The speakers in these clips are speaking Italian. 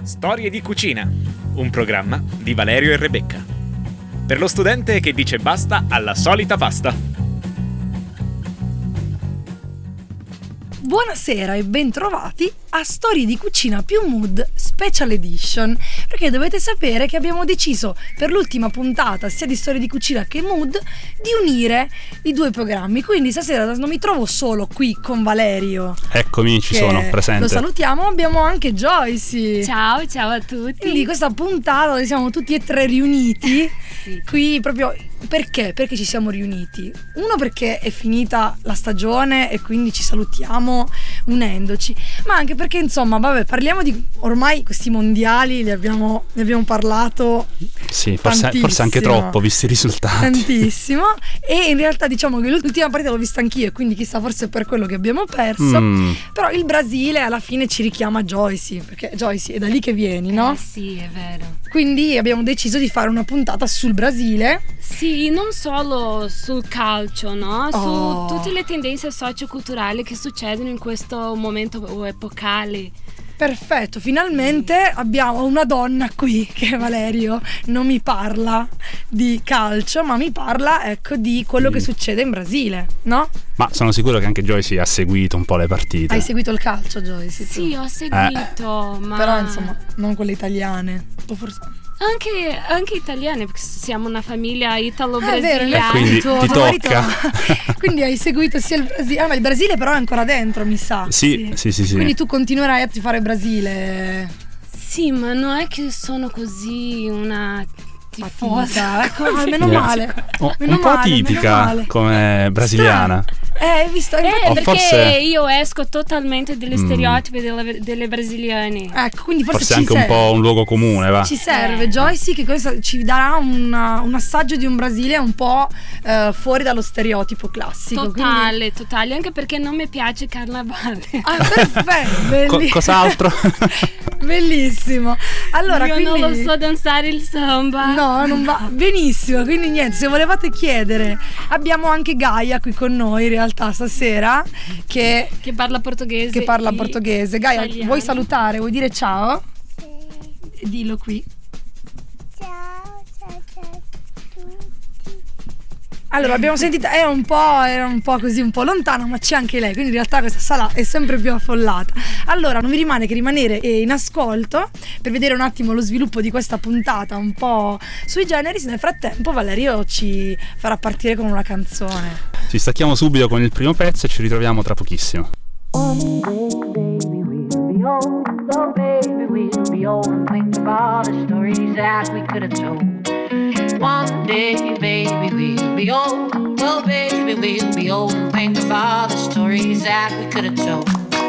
Storie di cucina, un programma di Valerio e Rebecca. Per lo studente che dice basta alla solita pasta. Buonasera e bentrovati a Storie di Cucina più Mood Special Edition, perché dovete sapere che abbiamo deciso per l'ultima puntata sia di Storie di Cucina che Mood di unire i due programmi, quindi stasera non mi trovo solo qui con Valerio. Eccomi, ci sono, presente. Lo salutiamo, abbiamo anche Joyce. Ciao a tutti. Quindi questa puntata dove siamo tutti e tre riuniti sì. Qui proprio perché ci siamo riuniti? Uno perché è finita la stagione e quindi ci salutiamo unendoci, ma anche perché insomma parliamo di ormai questi mondiali, ne abbiamo parlato sì, forse anche troppo visti i risultati, tantissimo, e in realtà diciamo che l'ultima partita l'ho vista anch'io e quindi chissà, forse è per quello che abbiamo perso. Però il Brasile alla fine ci richiama Joyce, perché Joyce è da lì che vieni, no? Sì, è vero. Quindi abbiamo deciso di fare una puntata sul Brasile. Sì, non solo sul calcio, no? Su tutte le tendenze socioculturali che succedono in questo momento epocale. Perfetto, finalmente abbiamo una donna qui che Valerio non mi parla di calcio, ma mi parla, ecco, di quello che succede in Brasile, no? Ma sono sicuro che anche Joyce ha seguito un po' le partite. Hai seguito il calcio, Joyce? Sì, ho seguito, ma... Però insomma, non quelle italiane, o forse... Anche italiane, perché siamo una famiglia italo-brasiliana. Quindi ti tocca. Quindi hai seguito sia il Brasile. Ma il Brasile però è ancora dentro, mi sa. Sì. Quindi tu continuerai a tifare Brasile. Sì, ma non è che sono così una tifosa. Meno male. Un po' atipica come brasiliana. Hai visto? Perché forse... io esco totalmente degli stereotipi delle brasiliane. Ecco, quindi forse anche un po' un luogo comune, va. Ci serve Joyce, che questo ci darà un assaggio di un Brasile un po' fuori dallo stereotipo classico. Totale, anche perché non mi piace il carnevale. Perfetto. Cos'altro? Bellissimo. Allora, io quindi... non lo so danzare il samba. No, non va benissimo. Quindi niente, se volevate chiedere, abbiamo anche Gaia qui con noi in realtà stasera che parla portoghese. Gaia, italiano. vuoi salutare? Vuoi dire ciao? Sì. Dillo qui. Ciao tutti. Allora, abbiamo sentito, era un po' così, un po' lontano, ma c'è anche lei, quindi in realtà questa sala è sempre più affollata. Allora, non mi rimane che rimanere in ascolto per vedere un attimo lo sviluppo di questa puntata un po' sui generis. Nel frattempo Valerio ci farà partire con una canzone. Ci stacchiamo subito con il primo pezzo e ci ritroviamo tra pochissimo. One day, baby, we'll be old. Oh, baby, we'll be old and think of all the stories that we could have told.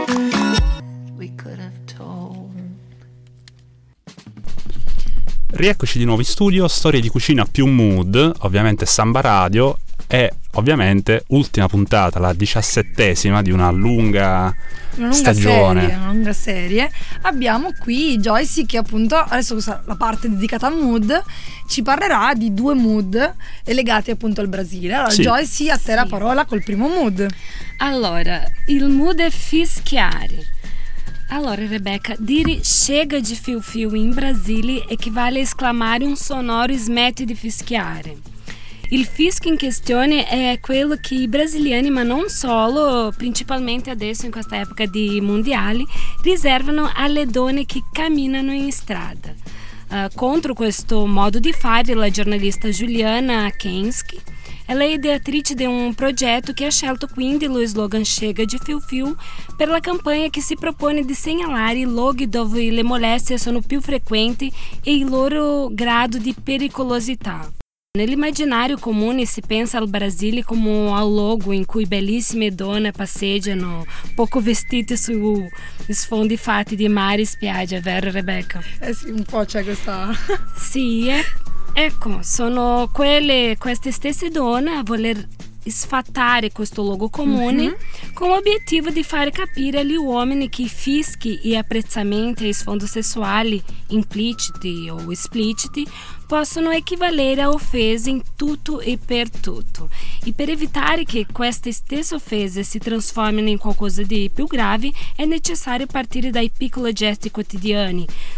Rieccoci di nuovo in studio, Storie di Cucina più Mood, ovviamente Samba Radio e ovviamente ultima puntata, la 17ª di una lunga stagione. Una lunga serie. Abbiamo qui Joyce che appunto adesso la parte dedicata a Mood ci parlerà di due mood legati appunto al Brasile. Allora Joyce, a te la parola col primo mood. Allora, il mood è fischiare. Allora, Rebecca, dire chega de fio-fio in Brasile equivale a esclamare un sonoro smette di fischiare. Il fischio in questione è quello che i brasiliani, ma non solo, principalmente adesso in questa epoca di mondiali, riservano alle donne che camminano in strada. Contro questo modo di fare, la giornalista Juliana Kensky, ela è ideatrice di un progetto che ha scelto quindi lo slogan Chega de Fio-Fio per la campagna che si propone di segnalare i luoghi dove le molestie sono più frequenti e il loro grado di pericolosità. Nell'immaginario comune si pensa al Brasile come al luogo in cui bellissime donne passeggiano poco vestite su sfondi fatti di mare e spiagge, vero Rebecca? Sì, un po' c'è questa... Sì, ecco, sono queste stesse donne a voler sfatare questo luogo comune con l'obiettivo di fare capire agli uomini che fischi e apprezzamenti ai sfondi sessuali impliciti o espliciti possono equivalere a offese in tutto e per tutto. E per evitare che queste stesse offese si trasformino in qualcosa di più grave è necessario partire dai piccoli gesti quotidiani,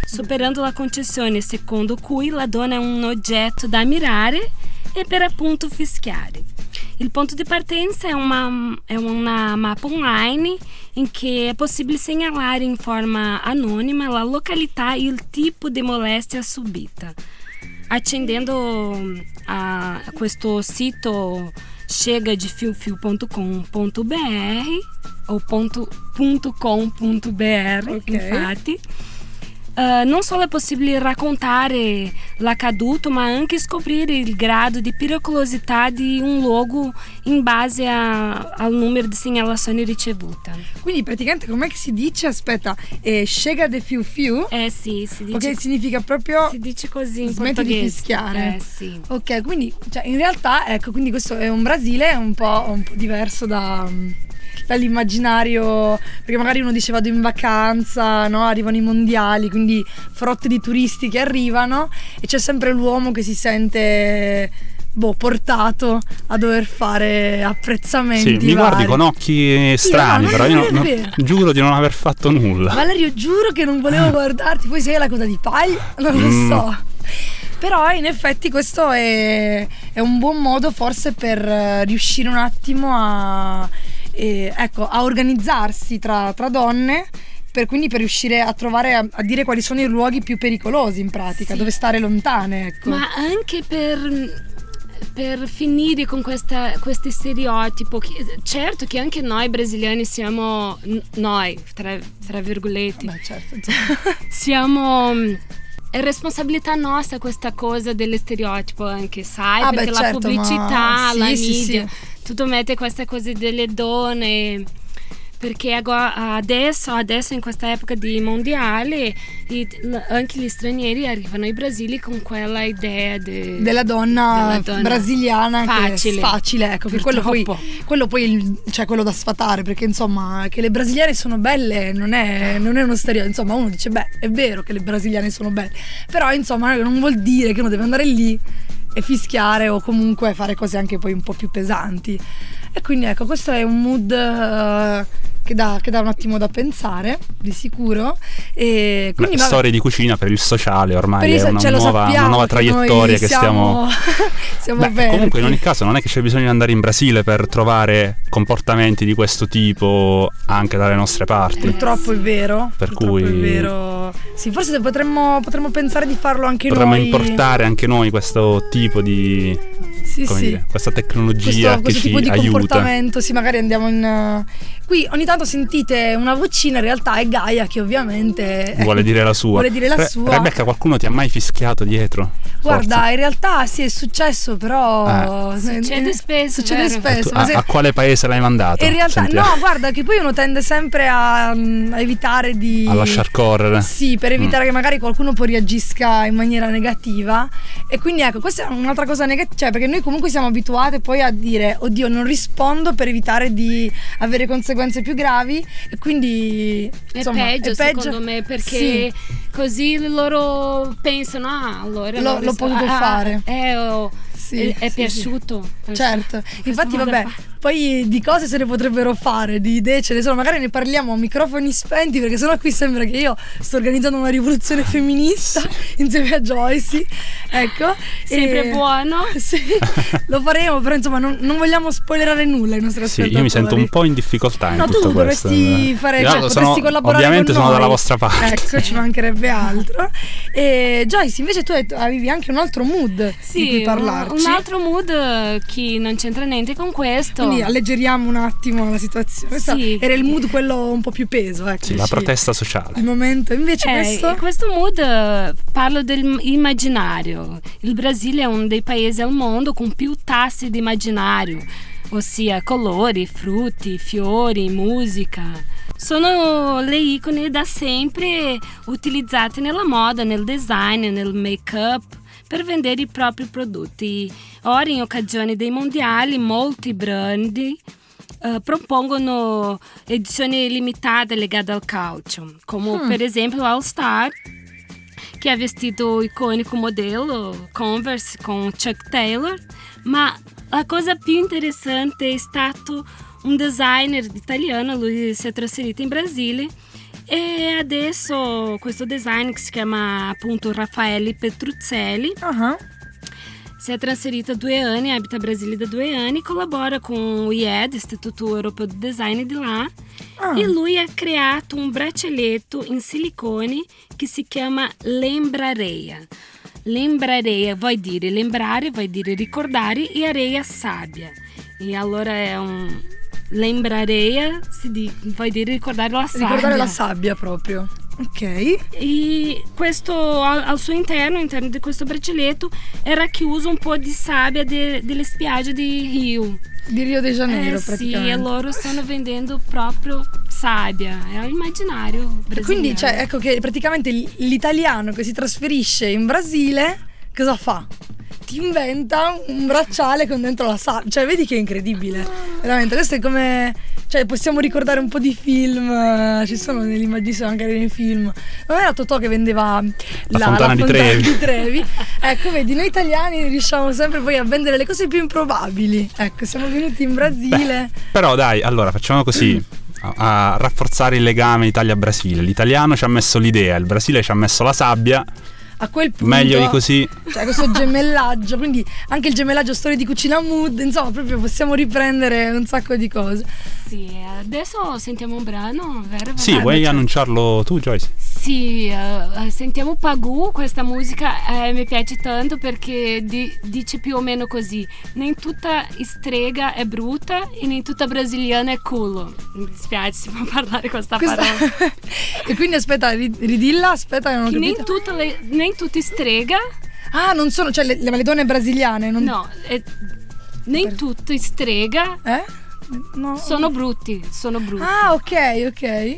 superando la concessione secondo cui la donna è un oggetto da ammirare e per appunto fischiare. Il punto di partenza è una mappa online in cui è possibile segnalare in forma anonima la località e il tipo di molestia subita. Accedendo a questo sito chegadefiofio.com.br o .com.br, Ok. infatti, non solo è possibile raccontare l'accaduto, ma anche scoprire il grado di pericolosità di un luogo in base al numero di segnalazioni ricevute. Quindi praticamente com'è che si dice? Aspetta, chega de fiu fiu? Sì, si dice, Ok, significa proprio si dice così in smetti di portoghese. fischiare. Sì. Ok, quindi cioè, in realtà ecco, quindi questo è un Brasile un po' diverso dall'immaginario, perché magari uno dice vado in vacanza, no? Arrivano i mondiali, quindi frotte di turisti che arrivano e c'è sempre l'uomo che si sente portato a dover fare apprezzamenti. Sì, mi guardi vari. con occhi strani, no, però non io è vero. giuro di non aver fatto nulla. Valerio, giuro che non volevo guardarti, poi sei la coda di paglia, non lo so. Però in effetti questo è un buon modo forse per riuscire un attimo a organizzarsi tra donne, quindi per riuscire a trovare a dire quali sono i luoghi più pericolosi in pratica, Sì. dove stare lontane, ecco. Ma anche per finire con questo stereotipo, certo che anche noi brasiliani siamo, noi, tra virgolette, Beh, certo. siamo... È responsabilità nostra questa cosa dello stereotipo anche, sai? Ah, perché beh, la certo, pubblicità, ma la sì, sì, media, sì. tutto mette queste cose delle donne. Perché adesso in questa epoca di mondiale anche gli stranieri arrivano in Brasile con quella idea della donna brasiliana che è facile, ecco, che quello poi cioè quello da sfatare, perché insomma che le brasiliane sono belle non è uno stereotipo, insomma uno dice beh è vero che le brasiliane sono belle, però insomma non vuol dire che uno deve andare lì e fischiare o comunque fare cose anche poi un po' più pesanti. E quindi ecco, questo è un mood che dà un attimo da pensare, di sicuro. E quindi storie di cucina per il sociale ormai è una lo nuova sappiamo traiettoria che stiamo aperti. Comunque in ogni caso non è che c'è bisogno di andare in Brasile per trovare comportamenti di questo tipo anche dalle nostre parti. Purtroppo è vero. Per purtroppo cui è vero. Sì, forse potremmo pensare di farlo anche potremmo noi. importare anche noi questo tipo di dire, questa tecnologia questo che tipo ci di aiuta. comportamento. Sì, magari andiamo in qui ogni tanto sentite una vocina, in realtà è Gaia che ovviamente vuole dire la sua. Rebecca, qualcuno ti ha mai fischiato dietro? Guarda, Forza. in realtà sì, è successo, però succede spesso. A quale paese l'hai mandato? In realtà Sentiamo. no, guarda che poi uno tende sempre a evitare di a lasciar correre. Sì, per evitare che magari qualcuno poi reagisca in maniera negativa. E quindi ecco, questa è un'altra cosa negativa, cioè perché noi comunque siamo abituate poi a dire oddio non rispondo per evitare di avere conseguenze più gravi, e quindi insomma, è peggio secondo me, perché così loro pensano allora l'ho potuto fare. È piaciuto. Certo, infatti vabbè, poi di cose se ne potrebbero fare, di idee ce ne sono, magari ne parliamo a microfoni spenti, perché sennò qui sembra che io sto organizzando una rivoluzione femminista insieme a Joyce, ecco. Sempre buono. Sì, lo faremo, però insomma non vogliamo spoilerare nulla ai nostri ascoltatori. Io mi sento un po' in difficoltà in tutto tu questo. dovresti fare, potresti collaborare ovviamente con sono noi. dalla vostra parte. Ecco, ci mancherebbe altro. E Joyce, invece tu avevi anche un altro mood di cui parlarci. Un altro mood che non c'entra niente con questo. Quindi alleggeriamo un attimo la situazione. Questo era il mood quello un po' più peso, ecco. Sì, la protesta sociale. Il momento invece questo mood parlo dell'immaginario. Il Brasile è uno dei paesi al mondo con più tassi di immaginario, ossia colori, frutti, fiori, musica. Sono le icone da sempre utilizzate nella moda, nel design, nel make-up, per vendere i propri prodotti. Ora, in occasione dei mondiali, molti brand propongono edizioni limitate legate al calcio, come per esempio All Star, che ha vestito iconico modello Converse con Chuck Taylor, ma la cosa più interessante è stato un designer italiano, lui si è trasferito in Brasile E adesso questo design, che si chiama appunto Raffaele Petruzzelli, si è trasferito a 2 anni, abita a Brasília da 2 anni, collabora com o IED, Istituto Europeu de Design di là, e lui ha creato un braccialetto in silicone che si chiama Lembrareia. Lembrareia vuol dire lembrare, vuol dire ricordare, e areia sabbia. E allora è un Lembrareia, vuol dire ricordare la sabbia. Ricordare la sabbia proprio. Ok. E questo al suo interno di questo braccialetto era chiuso un po' di sabbia delle spiagge di Rio. Di Rio de Janeiro, praticamente. Sì, e loro stanno vendendo proprio sabbia, è un immaginario brasiliano. Quindi ecco che praticamente l'italiano che si trasferisce in Brasile cosa fa? Ti inventa un bracciale con dentro la sabbia. Cioè, vedi che è incredibile. Veramente, questo è come... Cioè, possiamo ricordare un po' di film. Ci sono nell'immaginazione anche nei film. Non era Totò che vendeva la fontana di Trevi. Ecco, vedi, noi italiani riusciamo sempre poi a vendere le cose più improbabili. Ecco, siamo venuti in Brasile. Però dai, allora facciamo così. A rafforzare il legame Italia-Brasile. L'italiano ci ha messo l'idea, il Brasile ci ha messo la sabbia. A quel punto, meglio di così, cioè questo gemellaggio, quindi anche il gemellaggio Storie di Cucina Mood, insomma proprio possiamo riprendere un sacco di cose. Sì, adesso sentiamo un brano, vero? Sì, vuoi annunciarlo tu, Joyce? Sì, sentiamo Pagu, questa musica mi piace tanto perché dice più o meno così: nem tutta strega è brutta e nem tutta brasiliana è culo. Mi dispiace, si può parlare questa parola. E quindi aspetta, ridilla, aspetta che non ho capito. Nem tutte strega. Ah, non sono, cioè le donne brasiliane non... No, nem tutte strega. No. Sono brutti. Ah, ok. E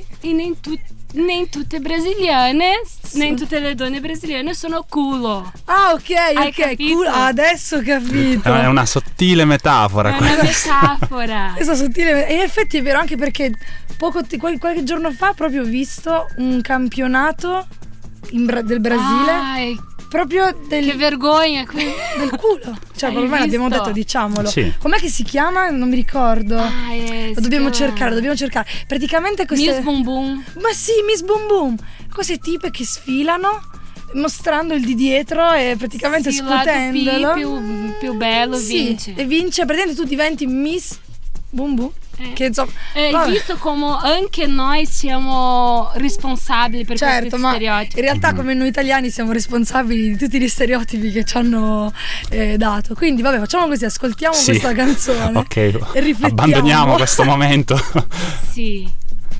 nem tutte brasiliane, nem tutte le donne brasiliane sono culo. Ah, ok. Hai capito? Culo. Adesso ho capito. È una sottile metafora. È una metafora. Questa sottile. E in effetti è vero, anche perché qualche giorno fa proprio ho visto un campionato del Brasile. Proprio che vergogna del culo. Cioè, ormai l'abbiamo detto, diciamolo. Sì. Com'è che si chiama? Non mi ricordo. Lo dobbiamo cercare. Praticamente queste Miss Boom Boom. Ma sì, Miss Boom Boom. Queste tipe che sfilano mostrando il di dietro e praticamente scuotendolo. Più bello, sì, vince. E vince, praticamente tu diventi Miss Boom Boom. Che insomma, visto come anche noi siamo responsabili per questi stereotipi. In realtà come noi italiani siamo responsabili di tutti gli stereotipi che ci hanno dato. Quindi vabbè, facciamo così, ascoltiamo questa canzone. Ok, e riflettiamo. Abbandoniamo questo momento. Sì.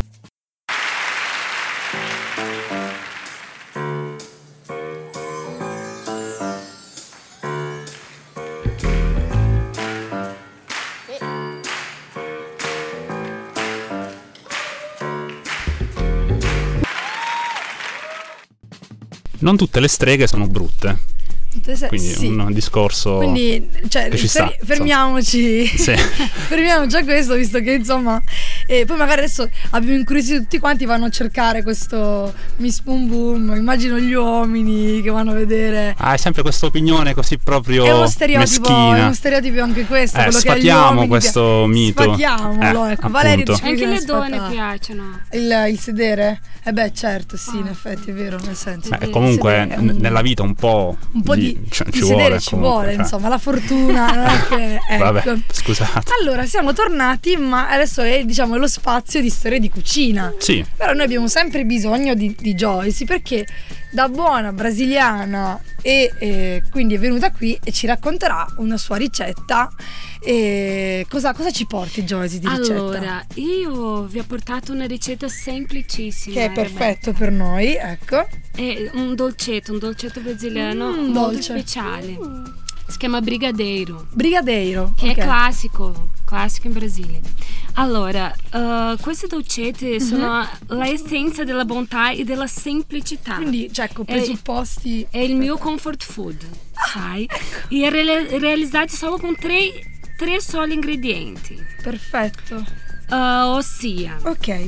Non tutte le streghe sono brutte. Quindi sì. Un discorso. Quindi, cioè, che ci sta, fermiamoci. Sì. Fermiamoci a questo, visto che insomma. E poi magari adesso abbiamo incuriosito tutti quanti, vanno a cercare questo Miss Boom Boom. Immagino gli uomini che vanno a vedere. Hai sempre questa opinione così proprio è uno stereotipo, meschina. È uno stereotipo anche questo. Sfatiamo questo mito. Sfatiamolo, ecco. Valerio dice che anche le sfatare. donne piacciono. Il sedere? Beh, certo, sì, in effetti è vero, nel senso. Comunque nella vita un po' di ci sedere vuole, comunque, insomma, la fortuna non è che ecco. Vabbè, scusate. Allora, siamo tornati, ma adesso è, diciamo, lo spazio di storie di cucina. Sì. Però noi abbiamo sempre bisogno di Joyce, perché da buona brasiliana e quindi è venuta qui e ci racconterà una sua ricetta. E cosa ci porti, Joyce, di ricetta? Allora, io vi ho portato una ricetta semplicissima che è perfetto per noi, ecco. È un dolcetto brasiliano molto speciale. Si chiama brigadeiro. Che è classico in Brasile. Allora, questi dolcetti sono l'essenza della bontà e della semplicità. Quindi, cioè, con presupposti. È il mio comfort food, sai? E realizzati solo con tre soli ingredienti. Perfetto. Ossia, ok,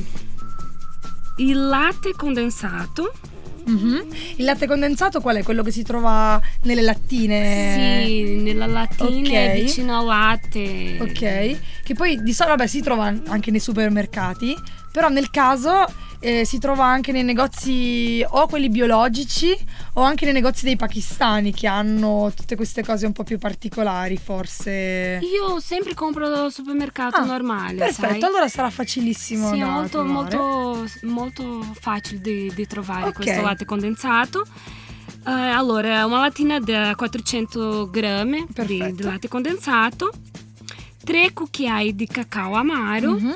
il latte condensato. Il latte condensato qual è? Quello che si trova nelle lattine? Sì, nella lattina vicino al latte. Ok, che poi di solito si trova anche nei supermercati, però nel caso si trova anche nei negozi o quelli biologici o anche nei negozi dei pakistani, che hanno tutte queste cose un po' più particolari, forse. Io sempre compro al supermercato normale. Perfetto, sai? allora sarà facilissimo. Sì, è da molto, trovare. molto facile di trovare Ok. questo latte condensato. Allora, una lattina da 400 grammi di Perfetto. latte condensato, 3 cucchiai di cacao amaro Mhm.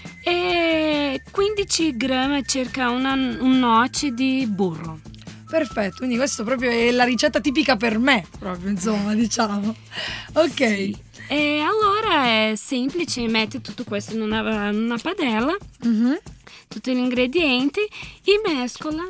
e 15 grammi circa un noce di burro. Perfetto, quindi questo proprio è la ricetta tipica per me, proprio, insomma, diciamo. Ok. Sì. E allora è semplice, metti tutto questo in una padella, Mhm. tutti gli ingredienti e mescola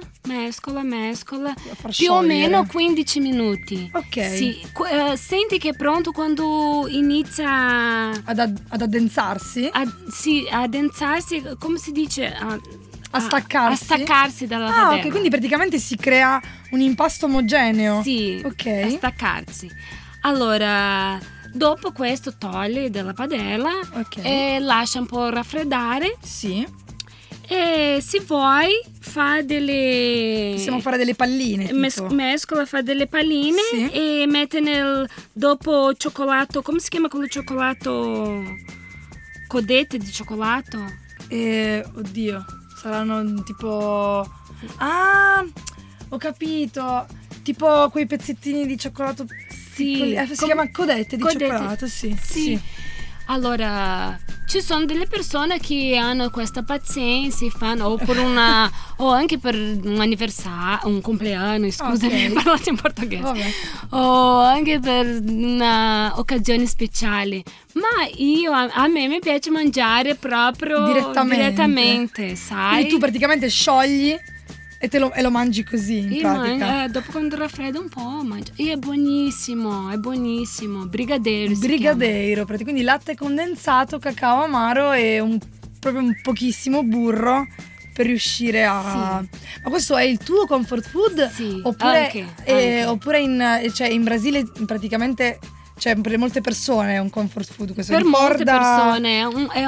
far più o sciogliere. meno 15 minuti. Ok. Sì, senti che è pronto quando inizia Ad addensarsi? a addensarsi, come si dice? A staccarsi? A staccarsi dalla Ah, padella. ok, quindi praticamente si crea un impasto omogeneo. Sì, Ok. a staccarsi. Allora, dopo questo togli dalla padella Ok. e lascia un po' raffreddare. Sì. E se vuoi fa delle Possiamo fare delle palline, tipo. mescola, fa delle palline Sì. e mette dopo cioccolato, come si chiama quello cioccolato? Codette di cioccolato? Oddio, saranno tipo... Ah, ho capito. Tipo quei pezzettini di cioccolato. Sì. piccoli. Si chiama codette di Codette. cioccolato, sì. Sì. Allora, ci sono delle persone che hanno questa pazienza, fanno o anche per un anniversario, un compleanno, scusami, Ok. parlate in portoghese. Vabbè. O anche per una occasione speciale. Ma a me mi piace mangiare proprio direttamente, sai? Quindi tu praticamente sciogli e lo mangi così, in Io pratica. dopo quando raffredda un po' mangio. E è buonissimo, brigadeiro. si Brigadeiro, quindi latte condensato, cacao amaro e proprio un pochissimo burro per riuscire a... Ma questo è il tuo comfort food? Sì, Oppure, anche. oppure in Brasile praticamente... Cioè, per molte persone è un comfort food questo. Per molte ricorda- persone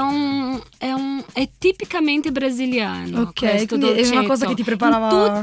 è tipicamente brasiliano. Ok, questo quindi è una dolcetto. cosa che ti preparava-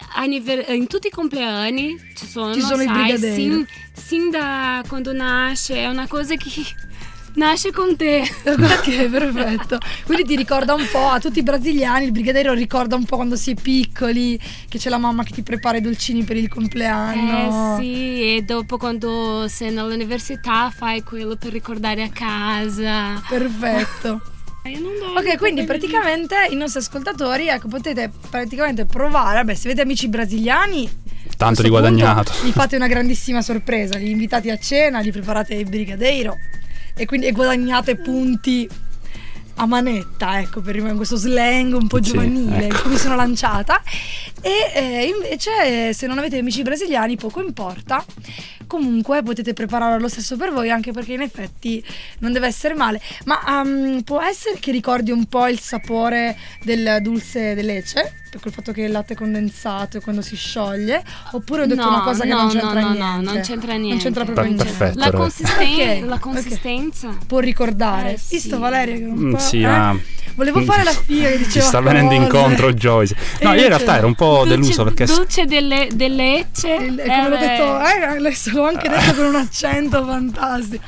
In tutti i compleanni ci sono il sai, brigadeiro. sin da quando nasce, è una cosa che nasce con te. Ok, perfetto. Quindi ti ricorda un po' a tutti i brasiliani, il brigadeiro ricorda un po' quando si è piccoli, che c'è la mamma che ti prepara i dolcini per il compleanno. Sì, e dopo quando sei all'università fai quello per ricordare a casa. Perfetto. Io non dormo, Ok, quindi perché- praticamente i nostri ascoltatori, ecco, potete praticamente provare, vabbè, se avete amici brasiliani, a Tanto di questo punto guadagnato. gli fate una grandissima sorpresa, li invitate a cena, gli preparate il brigadeiro e quindi guadagnate punti a manetta, ecco, per rimanere questo slang un po' Sì, giovanile in ecco. cui mi sono lanciata. E invece se non avete amici brasiliani poco importa, comunque potete prepararlo lo stesso per voi, anche perché in effetti non deve essere male. Ma può essere che ricordi un po' il sapore del dulce de leche, per quel fatto che il latte è condensato e quando si scioglie, oppure ho detto una cosa che non c'entra niente? No, non c'entra niente. Non c'entra proprio niente. Perfetto. La, Ok, la ok. consistenza. Può ricordare. Sì. Visto Valeria che un po', Sì, ma volevo fare la figa che ci diceva sta venendo cose. incontro Joyce. No, io in realtà ero un po' deluso perché Dulce delle lecce. Come l'ho detto, adesso l'ho anche detto con un accento fantastico.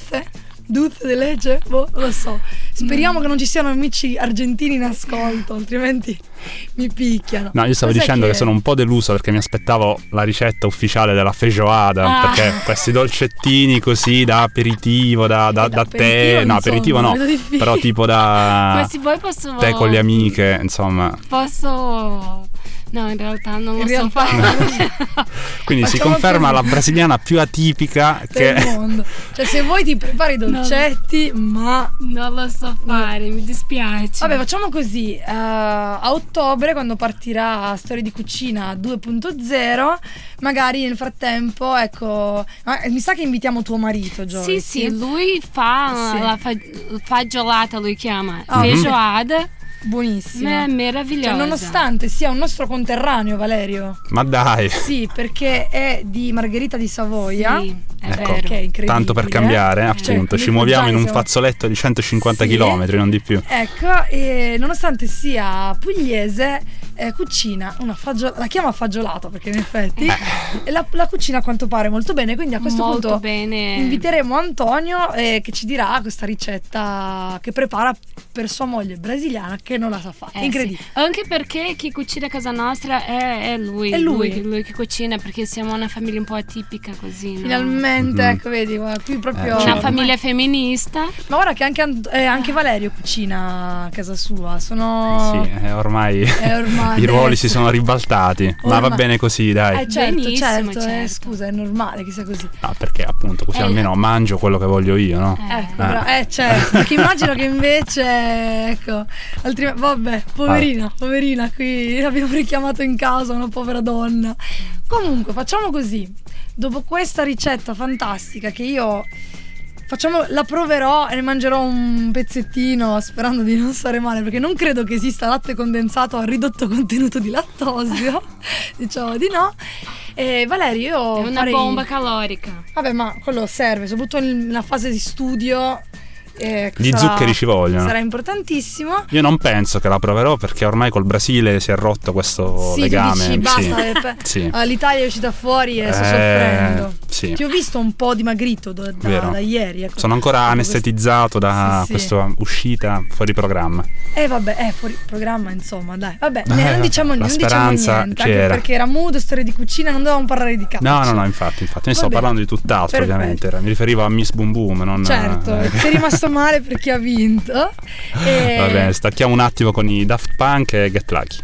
Dulce de leche? Boh, non lo so. Speriamo che non ci siano amici argentini in ascolto, altrimenti mi picchiano. No, io stavo Cos'è dicendo che sono un po' deluso perché mi aspettavo la ricetta ufficiale della feijoada, perché questi dolcettini così da aperitivo, da aperitivo, tè, no, aperitivo insomma, no, vedo difficile. però tipo da Ma se vuoi posso. tè con le amiche, insomma. Posso. No, in realtà non lo In so realtà- fare. Quindi si Facciamo conferma così. la brasiliana più atipica del che mondo. Cioè, se vuoi ti prepari i dolcetti, ma Non lo so fare, mi dispiace. vabbè, facciamo così. A ottobre, quando partirà Storie di Cucina 2.0, magari nel frattempo, ecco, mi sa che invitiamo tuo marito, Joyce. Sì, lui fa Sì. la fagiolata, lui chiama Ah, feijoada. buonissima. È meravigliosa. Cioè, nonostante sia un nostro conterraneo, Valerio. Ma dai. Sì, perché è di Margherita di Savoia. Sì, è Ecco, vero. Che è incredibile. Tanto per cambiare, appunto, Cioè, ci muoviamo in un siamo- fazzoletto di 150 Sì. km, non di più. Ecco, e nonostante sia pugliese, cucina la chiama fagiolata perché in effetti la cucina a quanto pare molto bene, quindi a questo Molto punto bene. inviteremo Antonio che ci dirà questa ricetta che prepara per sua moglie brasiliana che non la sa fare. Sì. Incredibile. Anche perché chi cucina a casa nostra è lui. È lui. Che cucina, perché siamo una famiglia un po' atipica così, no? Finalmente, Mhm. ecco, vedi, guarda, qui proprio Sì. Una famiglia femminista. Ma guarda che anche Valerio cucina a casa sua. Sono Sì, ormai ormai i ruoli adesso. si sono ribaltati, ma va Ormai- bene così, dai. Certo, Benissimo, certo, certo. scusa, è normale che sia così. No, perché appunto così almeno mangio quello che voglio io, no? Ecco, certo, perché immagino che invece, ecco, vabbè, poverina, qui l'abbiamo richiamato in casa, una povera donna. Comunque, facciamo così, dopo questa ricetta fantastica che io la proverò e ne mangerò un pezzettino sperando di non stare male, perché non credo che esista latte condensato a ridotto contenuto di lattosio, diciamo di no. E Valerio, io È una bomba calorica. Vabbè, ma quello serve, soprattutto nella fase di studio. Gli zuccheri ci vogliono. Sarà importantissimo. Io non penso che la proverò perché ormai col Brasile si è rotto questo Sì, legame. tu dici, basta, Sì. l'Italia è uscita fuori e sto soffrendo. Sì. Ti ho visto un po' dimagrito da ieri. Ecco. Sono ancora anestetizzato da Sì. questa uscita fuori programma. Vabbè, è fuori programma, insomma, dai. Vabbè, non diciamo la niente, speranza anche c'era. perché era mood, storia di cucina, non dovevamo parlare di calcio. No, infatti. Noi sto Vabbè. parlando di tutt'altro, Perfetto. ovviamente. Mi riferivo a Miss Boom Boom, non Certo, sei rimasto male perché ha vinto. Va bene, stacchiamo un attimo con i Daft Punk e Get Lucky.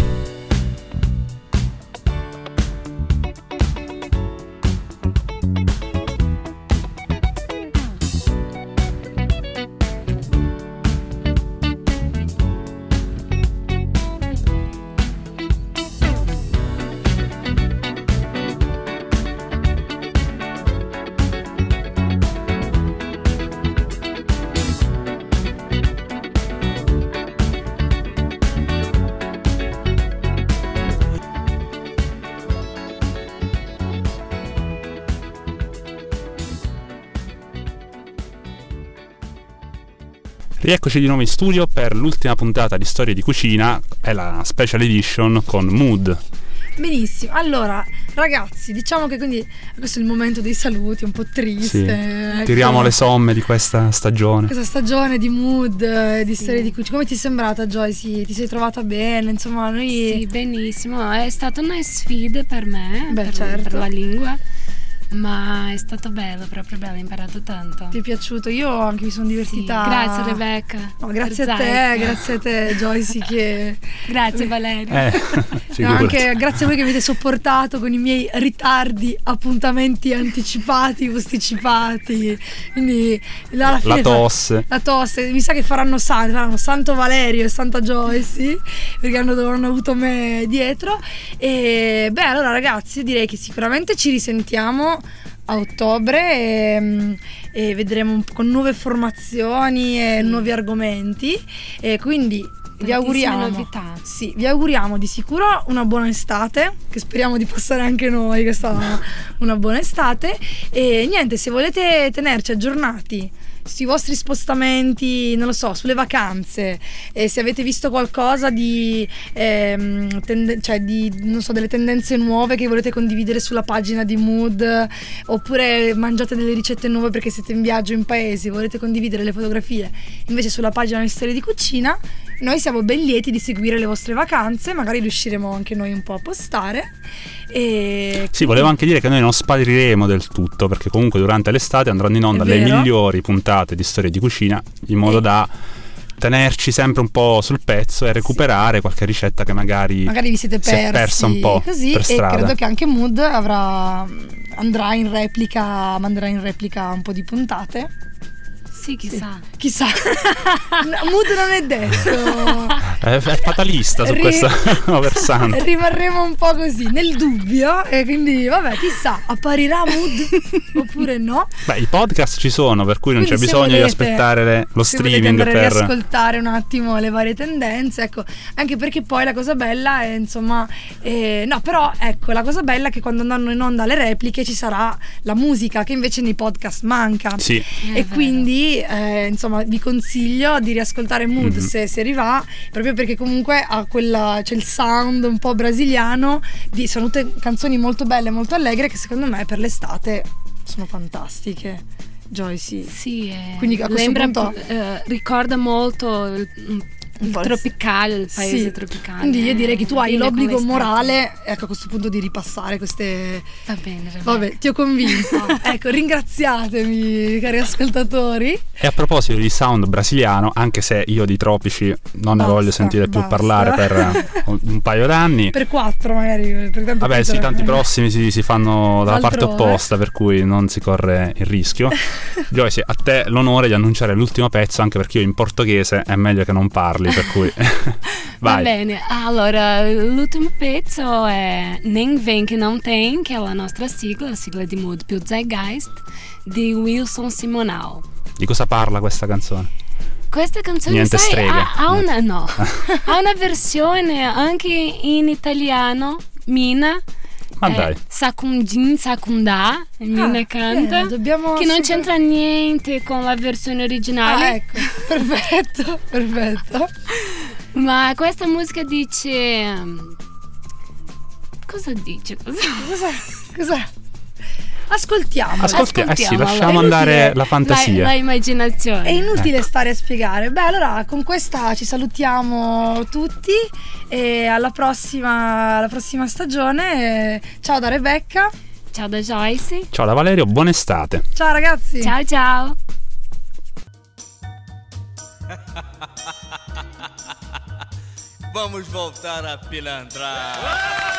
Rieccoci di nuovo in studio per l'ultima puntata di Storie di Cucina, è la special edition con Mood. Benissimo, allora ragazzi, diciamo che quindi questo è il momento dei saluti, un po' triste. Sì. Ecco. Tiriamo le somme di questa stagione. Questa stagione di Mood, di storie di cucina. Come ti è sembrata, Joyce? Ti sei trovata bene? Insomma, noi... Sì, benissimo. È stata una sfida per me, Beh, per certo. la lingua. Ma è stato bello, proprio bello, ho imparato tanto. Ti è piaciuto? Io anche mi sono divertita. Sì, grazie Rebecca. No, grazie per a te, Zaika. grazie a te, Joyce, che... Grazie Valerio. Figurati. Anche grazie a voi che mi avete sopportato con i miei ritardi, appuntamenti anticipati, posticipati. Quindi alla fine La tosse. mi sa che faranno Santo Valerio e Santa Joyce, perché dovranno avuto me dietro. E beh, allora ragazzi, io direi che sicuramente ci risentiamo a ottobre e vedremo un po' con nuove formazioni e nuovi argomenti, e quindi vi auguriamo novità. Sì, vi auguriamo di sicuro una buona estate, che speriamo di passare anche noi questa una buona estate. E niente, se volete tenerci aggiornati sui vostri spostamenti, non lo so, sulle vacanze, e se avete visto qualcosa di non so, delle tendenze nuove che volete condividere sulla pagina di Mood, oppure mangiate delle ricette nuove perché siete in viaggio in paesi, volete condividere le fotografie invece sulla pagina di Storie di Cucina, noi siamo ben lieti di seguire le vostre vacanze, magari riusciremo anche noi un po' a postare. E Sì, volevo anche dire che noi non spariremo del tutto, perché comunque durante l'estate andranno in onda È le vero. migliori puntate di Storie di Cucina, in modo da tenerci sempre un po' sul pezzo e recuperare qualche ricetta che magari vi siete si è persa un po' così, per strada. e credo che anche Mood manderà in replica un po' di puntate. Sì, chissà. Chissà. Mood non è detto. È fatalista su questo versante. Rimarremo un po' così nel dubbio, e quindi vabbè, chissà, apparirà Mood oppure no. Beh, i podcast ci sono, per cui non Quindi c'è bisogno di aspettare lo streaming per per riascoltare un attimo le varie tendenze, ecco, anche perché poi la cosa bella è, insomma, no, però ecco, la cosa bella è che quando andranno in onda le repliche ci sarà la musica, che invece nei podcast manca. Sì. E quindi insomma vi consiglio di riascoltare Mood se si arriva, proprio perché comunque ha c'è il sound un po' brasiliano, sono tutte canzoni molto belle, molto allegre, che secondo me per l'estate sono fantastiche. Joyce. Sì, quindi a questo punto ricorda molto il tropicale, il paese tropicale. Quindi io direi che tu hai l'obbligo con l'estate. morale, ecco, a questo punto di ripassare queste. Va bene, Rebecca. Vabbè, ti ho convinto. Ecco, ringraziatemi, cari ascoltatori. E a proposito di sound brasiliano, anche se io di tropici non ne voglio sentire più parlare per un paio d'anni. Per 4 magari. Vabbè, sì, tanti prossimi si fanno dalla parte Altrove. opposta, per cui non si corre il rischio. Joyce, a te l'onore di annunciare l'ultimo pezzo, anche perché io in portoghese è meglio che non parli, per cui vai. Va bene, allora l'ultimo pezzo è Nem Vem Que Não Tem, che è la nostra sigla, la sigla di Mood più Zeitgeist, di Wilson Simonal. Di cosa parla questa canzone? Questa canzone, Niente sai, streghe. ha una versione anche in italiano, Mina. Ma dai. Sacundin, Sacundà, Mina canta, che non c'entra niente con la versione originale. Ecco, perfetto. Ma questa musica dice... Cosa dice? Cos'è? Ascoltiamo. Sì, lasciamo andare la fantasia. La immaginazione. È inutile stare a spiegare. Beh, allora con questa ci salutiamo tutti e alla prossima stagione. Ciao da Rebecca. Ciao da Joyce. Ciao da Valerio, buona estate. Ciao ragazzi. Ciao. Vamos voltar a pilantrar.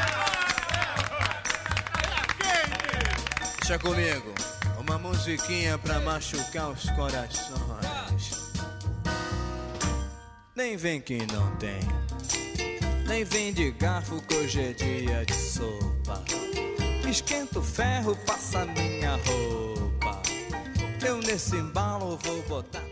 Deixa comigo, uma musiquinha pra machucar os corações. Nem vem que não tem, nem vem de garfo que hoje é dia de sopa. Esquenta o ferro, passa minha roupa. Eu nesse embalo vou botar